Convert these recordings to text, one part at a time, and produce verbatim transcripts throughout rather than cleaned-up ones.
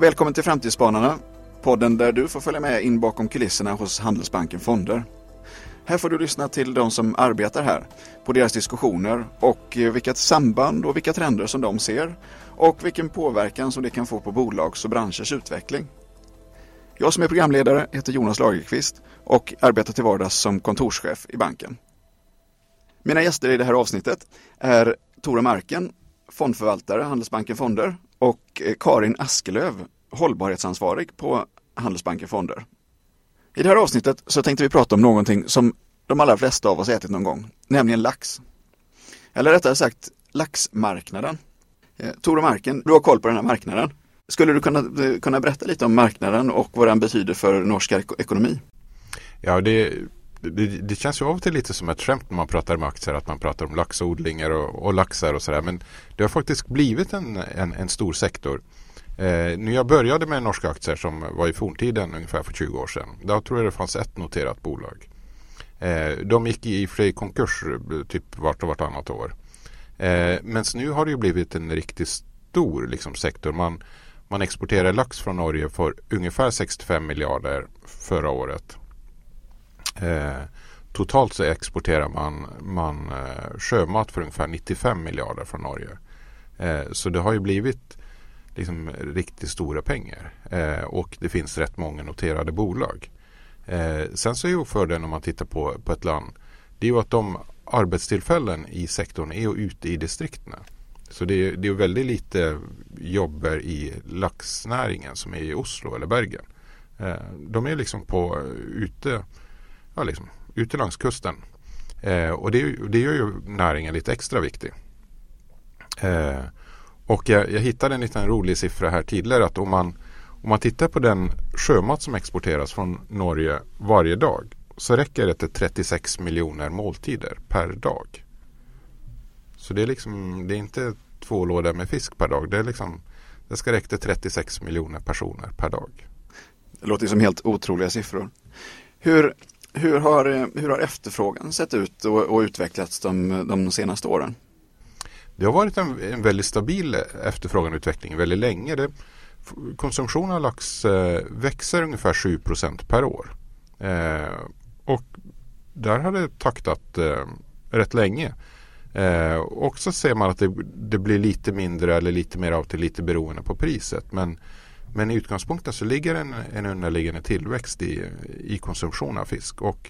Välkommen till Framtidsspanarna, podden där du får följa med in bakom kulisserna hos Handelsbanken Fonder. Här får du lyssna till de som arbetar här, på deras diskussioner och vilka samband och vilka trender som de ser och vilken påverkan som det kan få på bolags och branschers utveckling. Jag som är programledare heter Jonas Lagerqvist och arbetar till vardags som kontorschef i banken. Mina gäster i det här avsnittet är Tore Marken, fondförvaltare Handelsbanken Fonder, och Karin Askelöv, hållbarhetsansvarig på Handelsbanken Fonder. I det här avsnittet så tänkte vi prata om någonting som de allra flesta av oss ätit någon gång, nämligen lax. Eller rättare sagt, laxmarknaden. Eh, Tore Marken, du har koll på den här marknaden. Skulle du kunna, kunna berätta lite om marknaden och vad den betyder för norsk ekonomi? Ja, det, det, det känns ju av och till lite som ett skämt när man pratar om aktier, att man pratar om laxodlingar och, och laxar och sådär. Men det har faktiskt blivit en, en, en stor sektor. Eh, nu jag började med norska aktier som var i forntiden ungefär för tjugo år sedan. Då tror jag det fanns ett noterat bolag. Eh, de gick i fri konkurs typ vart och vartannat år. Eh, men nu har det ju blivit en riktigt stor liksom, sektor. Man, man exporterar lax från Norge för ungefär sextiofem miljarder förra året. Eh, totalt så exporterar man, man eh, sjömat för ungefär nittiofem miljarder från Norge. Eh, så det har ju blivit liksom riktigt stora pengar. Eh, och det finns rätt många noterade bolag. Eh, sen så är ju fördelen om man tittar på, på ett land, det är ju att de arbetstillfällen i sektorn är ju ute i distrikterna. Så det är, det är väldigt lite jobbar i laxnäringen som är i Oslo eller Bergen. Eh, de är liksom på ute, ja liksom, ute längs kusten. Eh, och det, det gör ju näringen lite extra viktig. Eh, och jag, jag hittade en liten rolig siffra här tidigare, att om man, om man tittar på den sjömat som exporteras från Norge varje dag, så räcker det till trettiosex miljoner måltider per dag. Så det är liksom, det är inte två lådor med fisk per dag. Det är liksom, det ska räcka till trettiosex miljoner personer per dag. Det låter som helt otroliga siffror. Hur, hur, har, hur har efterfrågan sett ut och, och utvecklats de, de senaste åren? Det har varit en, en väldigt stabil efterfråganutveckling väldigt länge. Det, konsumtionen av lax eh, växer ungefär sju procent per år. Eh, och där har det taktat eh, rätt länge. Eh, och så ser man att det, det blir lite mindre eller lite mer av till lite beroende på priset. Men, men i utgångspunkten så ligger en, en underliggande tillväxt i, i konsumtion av fisk. Och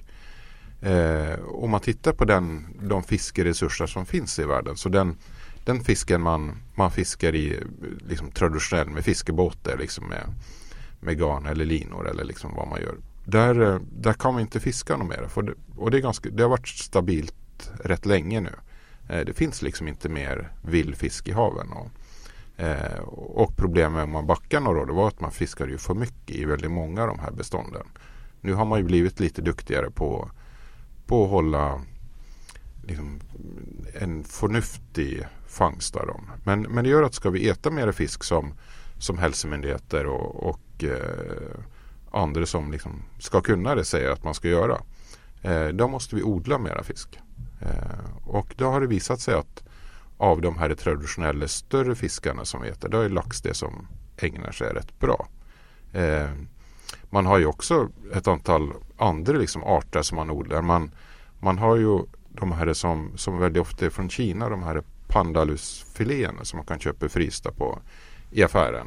eh, om man tittar på den, de fiskeresurser som finns i världen, så den, den fisken man, man fiskar i liksom traditionellt med fiskebåtar, liksom med, med garn eller linor eller liksom vad man gör. Där, där kan man inte fiska något mer. För det, och det, är ganska, det har varit stabilt rätt länge nu. Eh, det finns liksom inte mer vildfisk i haven. Och, eh, och problemet om man backar några år, det var att man fiskade ju för mycket i väldigt många av de här bestånden. Nu har man ju blivit lite duktigare på, på att hålla liksom, en förnuftig fångst av dem. Men, men det gör att ska vi äta mer fisk som, som hälsomyndigheter och, och eh, andra som liksom ska kunna det säger att man ska göra, eh, då måste vi odla mera fisk. Eh, och då har det visat sig att av de här traditionella större fiskarna som vi äter, då är lax det som ägnar sig rätt bra. Eh, man har ju också ett antal andra liksom arter som man odlar. Man, man har ju de här som, som väldigt ofta är från Kina, de här pandalusfiléerna som man kan köpa frysta på i affären.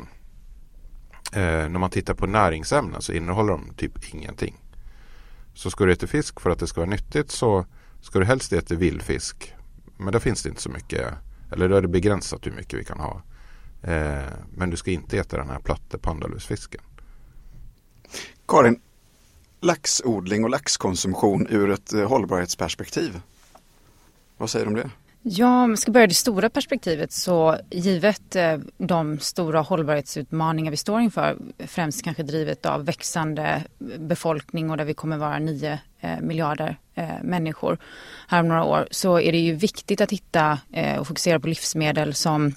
Eh, när man tittar på näringsämnen så innehåller de typ ingenting. Så ska du äta fisk för att det ska vara nyttigt, så ska du helst äta vildfisk. Men då finns det inte så mycket, eller då är det begränsat hur mycket vi kan ha. Eh, men du ska inte äta den här platta pandalusfisken. Karin, laxodling och laxkonsumtion ur ett eh, hållbarhetsperspektiv. Vad säger du om det? Ja, om vi ska börja det stora perspektivet, så givet eh, de stora hållbarhetsutmaningar vi står inför, främst kanske drivet av växande befolkning och där vi kommer vara nio eh, miljarder eh, människor här om några år, så är det ju viktigt att hitta eh, och fokusera på livsmedel som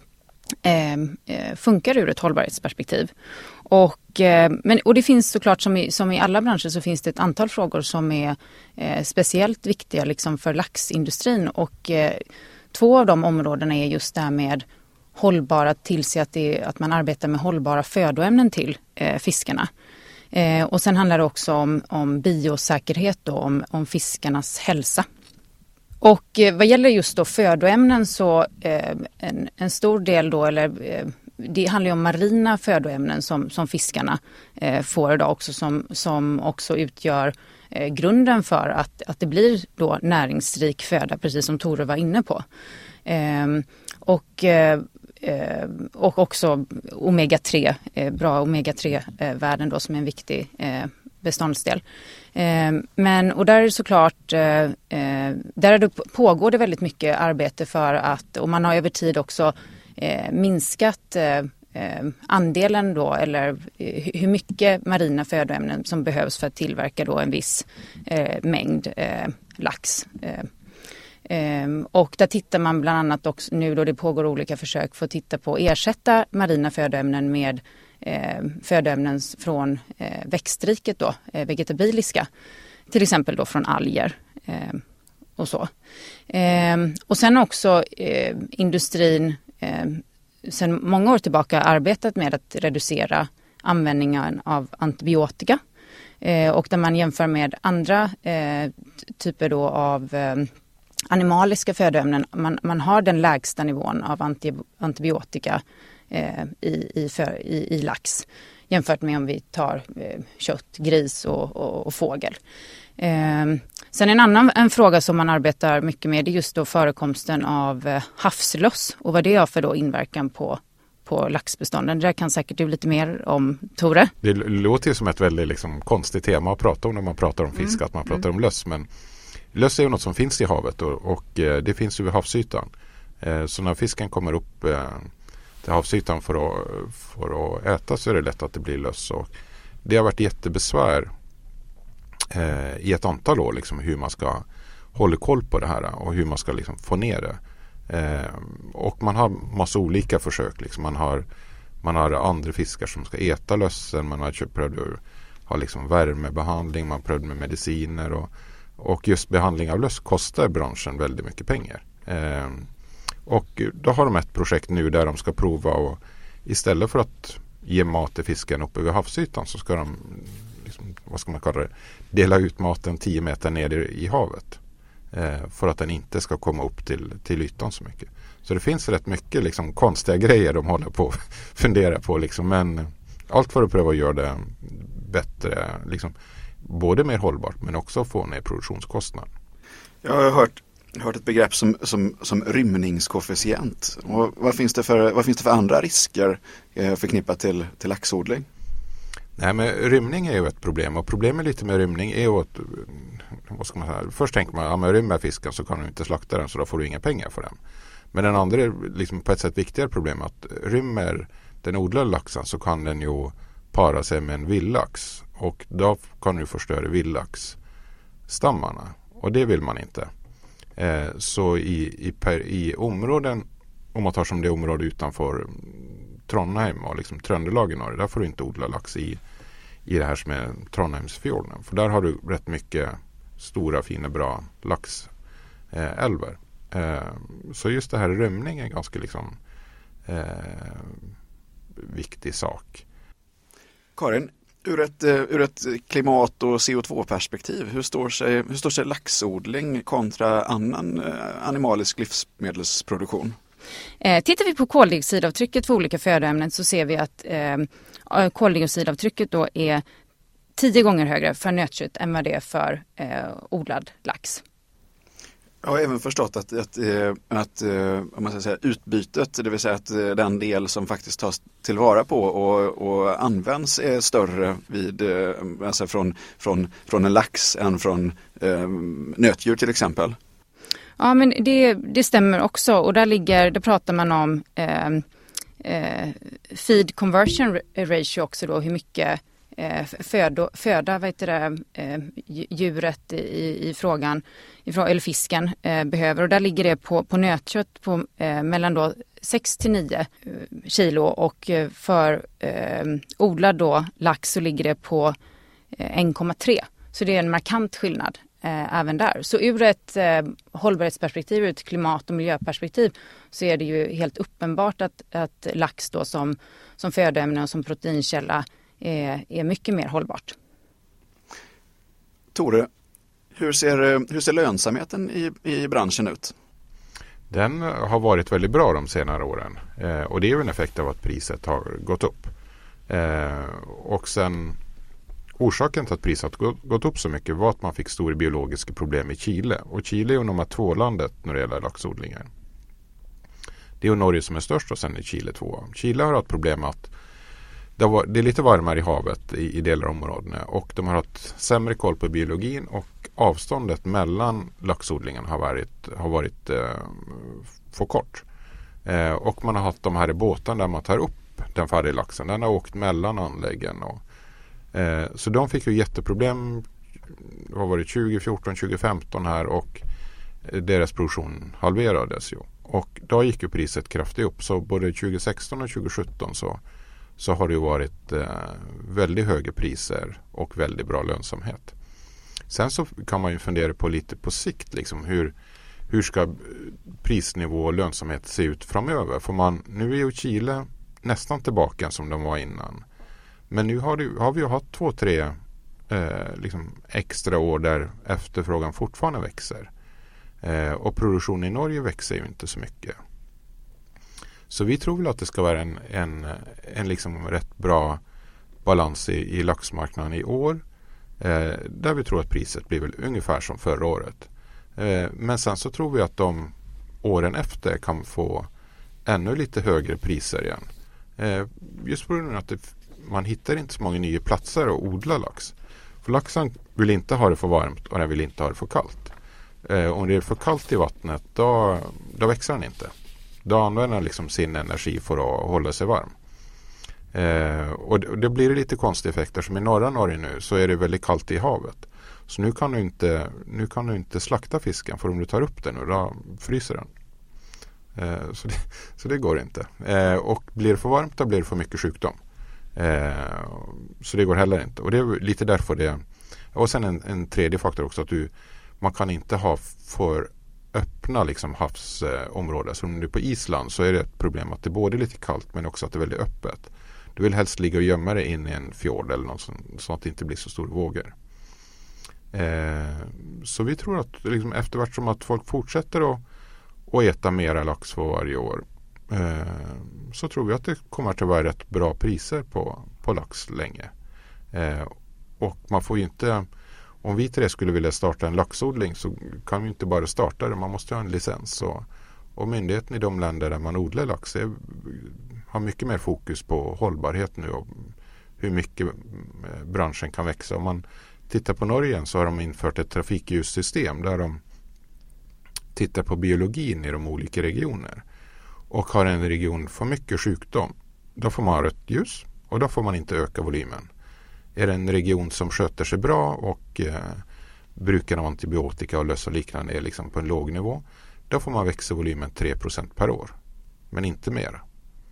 eh, funkar ur ett hållbarhetsperspektiv. Och, eh, men, och det finns såklart som i, som i alla branscher så finns det ett antal frågor som är eh, speciellt viktiga liksom för laxindustrin, och eh, två av de områdena är just det här med hållbara, tillse att, det, att man arbetar med hållbara födoämnen till eh, fiskarna. Eh, och sen handlar det också om, om biosäkerhet då, om, om fiskarnas hälsa. Och eh, vad gäller just då födoämnen så eh, en, en stor del då, eller eh, det handlar ju om marina födoämnen som, som fiskarna eh, får idag också, som, som också utgör eh, grunden för att, att det blir då näringsrik föda, precis som Tore var inne på. Eh, och, eh, och också omega tre, eh, bra omega tre värden då, som är en viktig eh, beståndsdel. Eh, men, och där är det såklart, eh, där är det, pågår det väldigt mycket arbete för att, och man har över tid också eh, minskat eh, andelen då, eller hur mycket marina födoämnen som behövs för att tillverka då en viss eh, mängd eh, lax. Eh, Um, och där tittar man bland annat också nu då det pågår olika försök för att titta på att ersätta marina födoämnen med eh, födoämnen från eh, växtriket då, eh, vegetabiliska, till exempel då från alger eh, och så. Eh, och sen också eh, industrin eh, sedan många år tillbaka arbetat med att reducera användningen av antibiotika eh, och där man jämför med andra eh, typer då av eh, animaliska födoämnen, man, man har den lägsta nivån av anti, antibiotika eh, i, i, för, i, i lax jämfört med om vi tar eh, kött, gris och, och, och fågel. Eh, sen en annan en fråga som man arbetar mycket med är just då förekomsten av eh, havslöss och vad det har för då inverkan på, på laxbestånden. Det där kan säkert du lite mer om, Tore. Det låter ju som ett väldigt liksom, konstigt tema att prata om när man pratar om fisk, mm. att man pratar mm. om löss, men löss är ju något som finns i havet och, och eh, det finns ju vid havsytan. Eh, så när fisken kommer upp eh, till havsytan för att, för att äta så är det lätt att det blir löss. Och det har varit jättebesvär eh, i ett antal år liksom, hur man ska hålla koll på det här och hur man ska liksom, få ner det. Eh, och man har massa olika försök. Liksom. Man, har, man har andra fiskar som ska äta lössen, man har prövat ha liksom, värmebehandling, man prövat med mediciner och Och just behandling av löss kostar branschen väldigt mycket pengar. Eh, och då har de ett projekt nu där de ska prova och istället för att ge mat till fisken uppe vid havsytan så ska de, liksom, vad ska man kalla det, dela ut maten tio meter ner i, i havet. Eh, för att den inte ska komma upp till, till ytan så mycket. Så det finns rätt mycket liksom, konstiga grejer de håller på att fundera på. Liksom, men allt för att pröva att göra det bättre, liksom, både mer hållbart men också få ner produktionskostnad. Jag har hört, hört ett begrepp som, som, som rymningskoefficient. Och vad, finns det för, vad finns det för andra risker eh, förknippat till, till laxodling? Nej, men rymning är ju ett problem och problemet lite med rymning är ju att vad ska man säga, först tänker man att ja, men rymmer fisken så kan du inte slakta den så då får du inga pengar för den. Men den andra är liksom på ett sätt viktigare problem att rymmer den odlade laxen så kan den ju para sig med en vildlax. Och då kan du förstöra vildlaxstammarna. Och det vill man inte. Eh, så i, i, per, i områden, om man tar som det område utanför Trondheim och liksom Tröndelag i Norge, där får du inte odla lax i, i det här som är Trondheimsfjorden. För där har du rätt mycket stora, fina, bra laxälvar. Eh, så just det här rymning är en ganska liksom, eh, viktig sak. Karin, ur ett, ur ett klimat- och C O två perspektiv, hur står sig, hur står sig laxodling kontra annan animalisk livsmedelsproduktion? Eh, tittar vi på koldioxidavtrycket för olika födoämnen så ser vi att eh, koldioxidavtrycket då är tio gånger högre för nötkött än vad det är för eh, odlad lax. Jag har även förstått att, att, att om man ska säga, utbytet, det vill säga att den del som faktiskt tas tillvara på och, och används är större vid, alltså från, från, från en lax än från eh, nötdjur till exempel. Ja, men det, det stämmer också och där ligger, där pratar man om eh, eh, feed conversion ratio också då, hur mycket Föda, föda vad heter det, djuret i, i frågan, eller fisken eh, behöver. Och där ligger det på, på nötkött på eh, mellan då sex till nio kilo och för eh, odlad då lax så ligger det på eh, en komma tre. Så det är en markant skillnad eh, även där. Så ur ett eh, hållbarhetsperspektiv, ur ett klimat- och miljöperspektiv så är det ju helt uppenbart att, att lax då som, som födoämne och som proteinkälla är, är mycket mer hållbart. Tore, hur ser, hur ser lönsamheten i, i branschen ut? Den har varit väldigt bra de senare åren eh, och det är ju en effekt av att priset har gått upp. Eh, och sen orsaken till att priset har gått upp så mycket var att man fick stora biologiska problem i Chile. Och Chile är ju nummer två landet när det gäller laxodlingar. Det är ju Norge som är störst och sen är Chile två. Chile har haft problem med att det, var, det är lite varmare i havet i, i delar av områdena och de har haft sämre koll på biologin och avståndet mellan laxodlingarna har varit, har varit eh, för kort. Eh, och man har haft de här båtarna där man tar upp den färdiga laxen. Den har åkt mellan anläggen. Och, eh, så de fick ju jätteproblem. Det har varit tjugo fjorton tjugo femton här och deras produktion halverades ju. Och då gick ju priset kraftigt upp. Så både tjugo sexton och tjugo sjutton så, så har det ju varit eh, väldigt höga priser och väldigt bra lönsamhet. Sen så kan man ju fundera på lite på sikt liksom hur, hur ska prisnivå och lönsamhet se ut framöver. För man, nu är ju Chile nästan tillbaka som de var innan. Men nu har, det, har vi ju haft två, tre eh, liksom extra år där efterfrågan fortfarande växer. Eh, och produktionen i Norge växer ju inte så mycket. Så vi tror väl att det ska vara en, en, en liksom rätt bra balans i, i laxmarknaden i år. Eh, där vi tror att priset blir väl ungefär som förra året. Eh, men sen så tror vi att de åren efter kan få ännu lite högre priser igen. Eh, just på grund av att det, man hittar inte så många nya platser att odla lax. För laxen vill inte ha det för varmt och den vill inte ha det för kallt. Eh, om det är för kallt i vattnet då, då växer den inte. Då använder den liksom sin energi för att hålla sig varm. Eh, och det, det blir lite konstiga effekter som i norra Norge nu så är det väldigt kallt i havet. Så nu kan du inte, nu kan du inte slakta fisken för om du tar upp den och då fryser den. Eh, så, det, så det går inte. Eh, och blir det för varmt då blir det för mycket sjukdom. Eh, så det går heller inte. Och det är lite därför det. Och sen en, en tredje faktor också att du, man kan inte ha för öppna liksom havsområden. Så om du är på Island så är det ett problem att det är både lite kallt men också att det är väldigt öppet. Du vill helst ligga och gömma dig in i en fjord eller något sånt, så att det inte blir så stora vågor. Eh, så vi tror att liksom, eftervart som att folk fortsätter att, att äta mera lax för varje år eh, så tror vi att det kommer att vara rätt bra priser på, på lax länge. Eh, och man får ju inte, om vi tre skulle vilja starta en laxodling så kan vi inte bara starta det, man måste ha en licens. Och, och myndigheten i de länder där man odlar lax är, har mycket mer fokus på hållbarhet nu och hur mycket branschen kan växa. Om man tittar på Norge så har de infört ett trafikljussystem där de tittar på biologin i de olika regioner. Och har en region för mycket sjukdom, då får man ha rött ljus och då får man inte öka volymen. Är det en region som sköter sig bra och eh, brukar av antibiotika och löss och liknande är liksom på en låg nivå, då får man växa volymen tre procent per år. Men inte mer.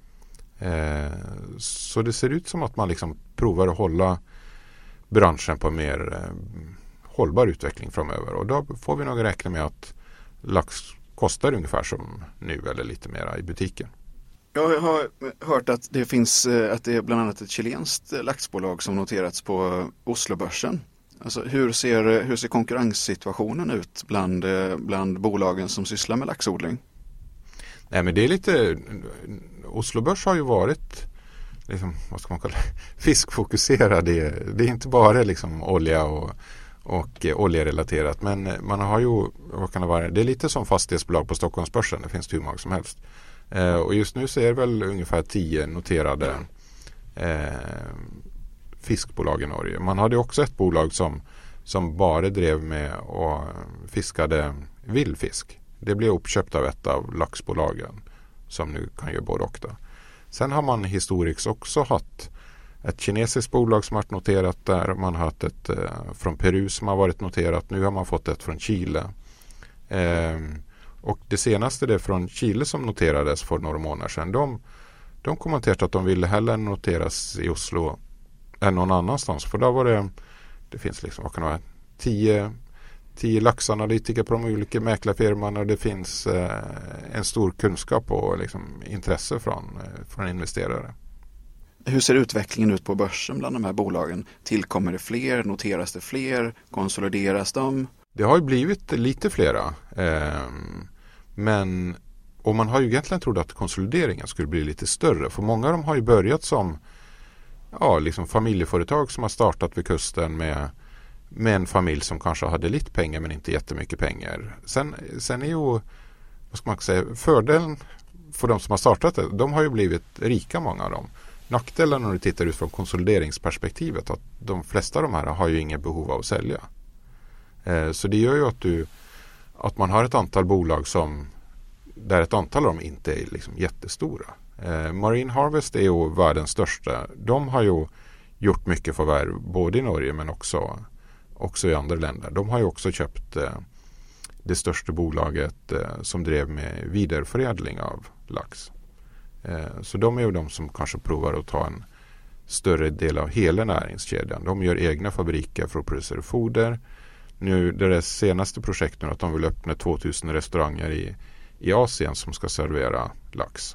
Eh, så det ser ut som att man liksom provar att hålla branschen på en mer eh, hållbar utveckling framöver. Och då får vi nog räkna med att lax kostar ungefär som nu eller lite mera i butiken. Jag har hört att det finns att det är bland annat ett chilenskt laxbolag som noterats på Oslobörsen. Alltså hur ser, hur ser konkurrenssituationen ut bland, bland bolagen som sysslar med laxodling? Nej, men det är lite, Oslobörs har ju varit liksom, vad ska man kalla det, fiskfokuserad. Det är, det är inte bara liksom olja och, och eh, oljerelaterat, men man har ju, vad kan det vara, det är lite som fastighetsbolag på Stockholmsbörsen, det finns hur många som helst. Eh, och just nu så är det väl ungefär tio noterade eh, fiskbolag i Norge. Man hade också ett bolag som, som bara drev med och fiskade vildfisk. Det blev uppköpt av ett av laxbolagen som nu kan göra både och. Då. Sen har man historiskt också haft ett kinesiskt bolag som har varit noterat där. Man har haft ett eh, från Peru som har varit noterat. Nu har man fått ett från Chile. Eh, och det senaste det är från Chile som noterades för några månader sedan. De, de kommenterade att de ville hellre noteras i Oslo än någon annanstans. För då var det, det finns liksom, vad kan det vara, tio, tio laxanalytiker på de olika mäklarfirmorna och det finns eh, en stor kunskap och liksom, intresse från, eh, från investerare. Hur ser utvecklingen ut på börsen bland de här bolagen? Tillkommer det fler? Noteras det fler? Konsolideras de? Det har ju blivit lite flera. Eh, men och man har ju egentligen trott att konsolideringen skulle bli lite större. För många av dem har ju börjat som ja, liksom familjeföretag som har startat vid kusten med, med en familj som kanske hade lite pengar men inte jättemycket pengar. Sen, sen är ju, vad ska man säga, fördelen för de som har startat det, de har ju blivit rika många av dem. Nackdelen när du tittar ut från konsolideringsperspektivet att de flesta av de här har ju inget behov av att sälja. Eh, så det gör ju att, du, att man har ett antal bolag som där ett antal av dem inte är liksom jättestora. Eh, Marine Harvest är ju världens största. De har ju gjort mycket förvärv både i Norge men också, också i andra länder. De har ju också köpt eh, det största bolaget eh, som drev med vidareförädling av lax. Eh, så de är ju de som kanske provar att ta en större del av hela näringskedjan. De gör egna fabriker för att producera foder. Nu det är det senaste projektet att de vill öppna tvåtusen restauranger i, i Asien som ska servera lax.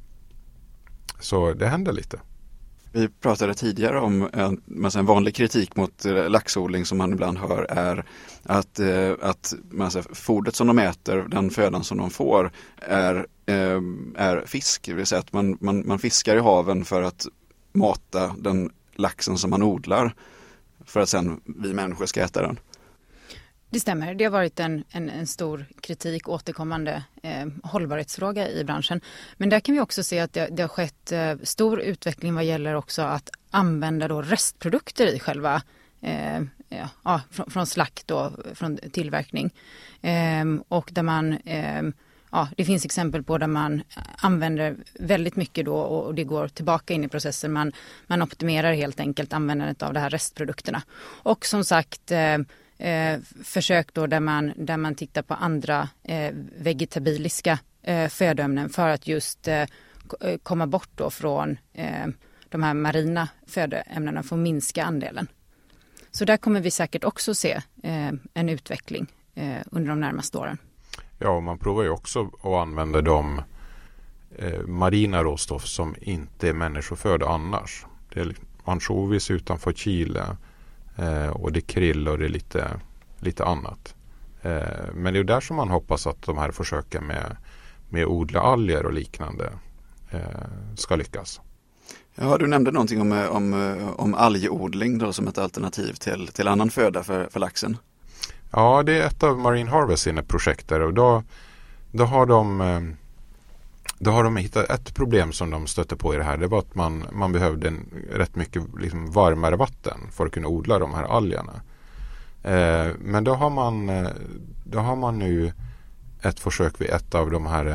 Så det händer lite. Vi pratade tidigare om en, en vanlig kritik mot laxodling som man ibland hör är att, att alltså, fodret som de äter, den födan som de får är, är fisk. Det vill säga att man, man, man fiskar i haven för att mata den laxen som man odlar för att sen vi människor ska äta den. Det stämmer. Det har varit en, en, en stor kritik, återkommande eh, hållbarhetsfråga i branschen. Men där kan vi också se att det, det har skett eh, stor utveckling vad gäller också att använda då restprodukter i själva eh, ja, från, från slakt och från tillverkning. Eh, och där man, eh, ja, det finns exempel på där man använder väldigt mycket då och det går tillbaka in i processen. Man, man optimerar helt enkelt användandet av de här restprodukterna. Och som sagt eh, Eh, försök då där man, där man tittar på andra eh, vegetabiliska eh, födoämnen för att just eh, komma bort då från eh, de här marina födoämnena för att minska andelen. Så där kommer vi säkert också se eh, en utveckling eh, under de närmaste åren. Ja, och man provar ju också att använda de eh, marina råstoff som inte är människoföda annars. Det är ansjovis utanför Chile. Eh, och det är krill och det är lite, lite annat. Eh, men det är där som man hoppas att de här försöken med, med odla alger och liknande eh, ska lyckas. Ja, du nämnde någonting om, om, om algodling då, som ett alternativ till, till annan föda för, för laxen. Ja, det är ett av Marine Harvest sina projekt där och då, då har de eh, Då har de hittat ett problem som de stötte på i det här. Det var att man, man behövde en, rätt mycket liksom varmare vatten för att kunna odla de här algerna. Eh, men då har, man, då har man nu ett försök vid ett av de här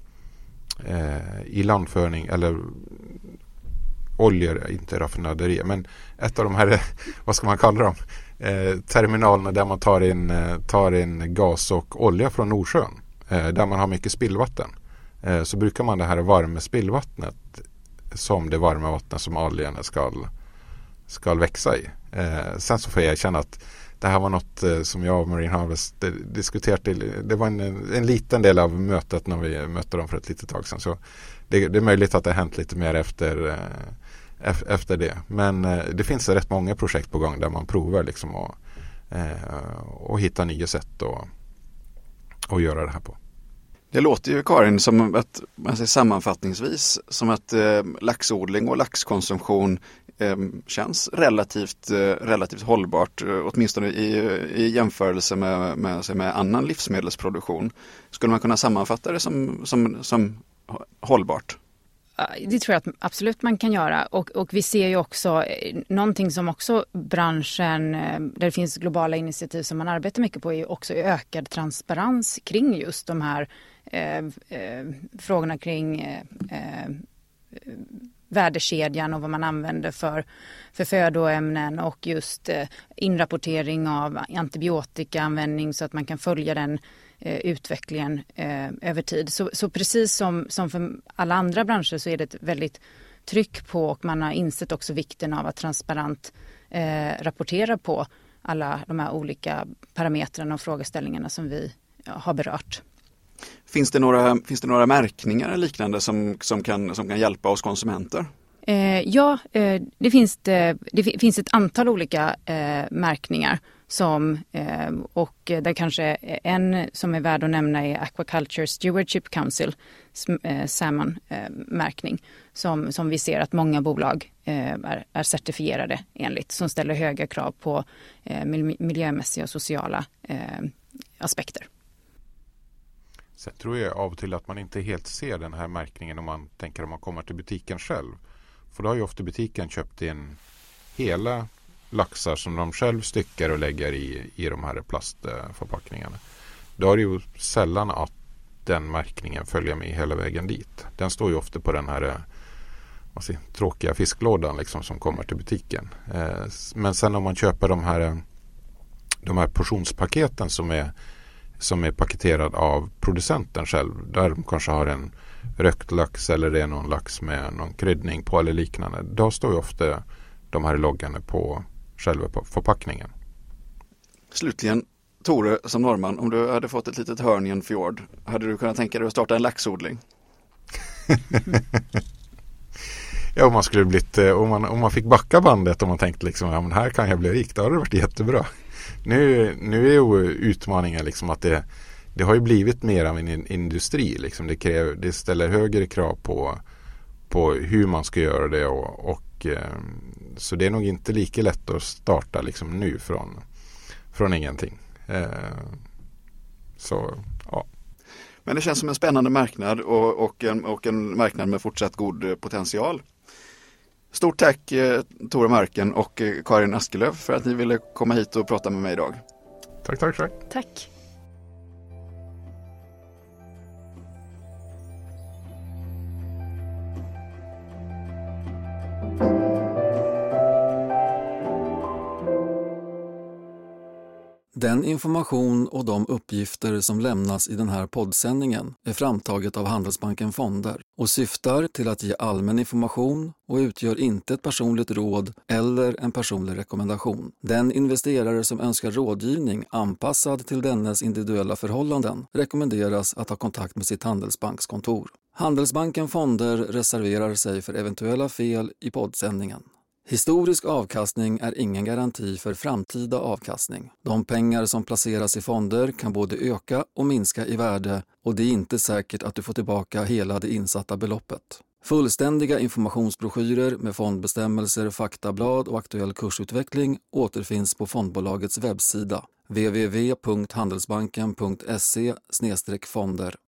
eh, i landförning eller oljor, inte raffinaderier, men ett av de här, vad ska man kalla dem, eh, terminalerna där man tar in, tar in gas och olja från Nordsjön. Eh, där man har mycket spillvatten. Så brukar man det här varma spillvattnet som det varma vattnet som algerna ska, ska växa i. Eh, sen så får jag erkänna att det här var något eh, som jag och Marine Harvest diskuterade. Det var en, en liten del av mötet när vi mötte dem för ett litet tag sedan. Så det, det är möjligt att det har hänt lite mer efter, eh, efter det. Men eh, det finns rätt många projekt på gång där man provar liksom att eh, och hitta nya sätt att, att göra det här på. Det låter ju, Karin, som att man säger sammanfattningsvis som att eh, laxodling och laxkonsumtion eh, känns relativt, eh, relativt hållbart, eh, åtminstone i, i jämförelse med, med, med annan livsmedelsproduktion. Skulle man kunna sammanfatta det som, som, som hållbart? Det tror jag att absolut man kan göra och, och vi ser ju också någonting som också branschen, där det finns globala initiativ som man arbetar mycket på, är också ökad transparens kring just de här eh, eh, frågorna kring eh, värdekedjan och vad man använder för, för födoämnen och just eh, inrapportering av antibiotikaanvändning så att man kan följa den eh, utvecklingen eh, över tid. Så, så precis som, som för alla andra branscher så är det ett väldigt tryck på och man har insett också vikten av att transparent eh, rapportera på alla de här olika parametrarna och frågeställningarna som vi ja, har berört. Finns det några, finns det några märkningar liknande som, som, kan, som kan hjälpa oss konsumenter? Eh, ja, eh, det, finns det, det finns ett antal olika eh, märkningar som, eh, och där kanske en som är värd att nämna är Aquaculture Stewardship Council eh, salmon-märkning eh, som, som vi ser att många bolag eh, är, är certifierade enligt, som ställer höga krav på eh, miljömässiga och sociala eh, aspekter. Sen tror jag av och till att man inte helt ser den här märkningen om man tänker om man kommer till butiken själv. För då har ju ofta butiken köpt in hela laxar som de själv styckar och lägger i, i de här plastförpackningarna. Då är det ju sällan att den märkningen följer med hela vägen dit. Den står ju ofta på den här vad säger, tråkiga fisklådan liksom, som kommer till butiken. Eh, men sen om man köper de här, de här portionspaketen som är, som är paketerad av producenten själv, där de kanske har en rökt lax eller det är någon lax med någon kryddning på eller liknande. Då står ju ofta de här loggarna på själva förpackningen. Slutligen, Tore som norrman, om du hade fått ett litet hörn i en fjord, hade du kunnat tänka dig att starta en laxodling? Ja, om man skulle blivit, om man, om man fick backa bandet och man tänkte liksom, ja men här kan jag bli rik, då hade det varit jättebra. Nu, nu är ju utmaningen liksom att det, det har ju blivit mer av en industri. Liksom. Det, kräver, det ställer högre krav på, på hur man ska göra det och, och så det är nog inte lika lätt att starta liksom nu från, från ingenting. Så, ja. Men det känns som en spännande marknad och, och, en, och en marknad med fortsatt god potential. Stort tack Tore Marken och Karin Askelöf för att ni ville komma hit och prata med mig idag. Tack, tack, tack. Tack. Den information och de uppgifter som lämnas i den här poddsändningen är framtaget av Handelsbanken Fonder och syftar till att ge allmän information och utgör inte ett personligt råd eller en personlig rekommendation. Den investerare som önskar rådgivning anpassad till dennes individuella förhållanden rekommenderas att ha kontakt med sitt Handelsbankskontor. Handelsbanken Fonder reserverar sig för eventuella fel i poddsändningen. Historisk avkastning är ingen garanti för framtida avkastning. De pengar som placeras i fonder kan både öka och minska i värde och det är inte säkert att du får tillbaka hela det insatta beloppet. Fullständiga informationsbroschyrer med fondbestämmelser, faktablad och aktuell kursutveckling återfinns på fondbolagets webbsida w w w punkt handelsbanken punkt se slash fonder.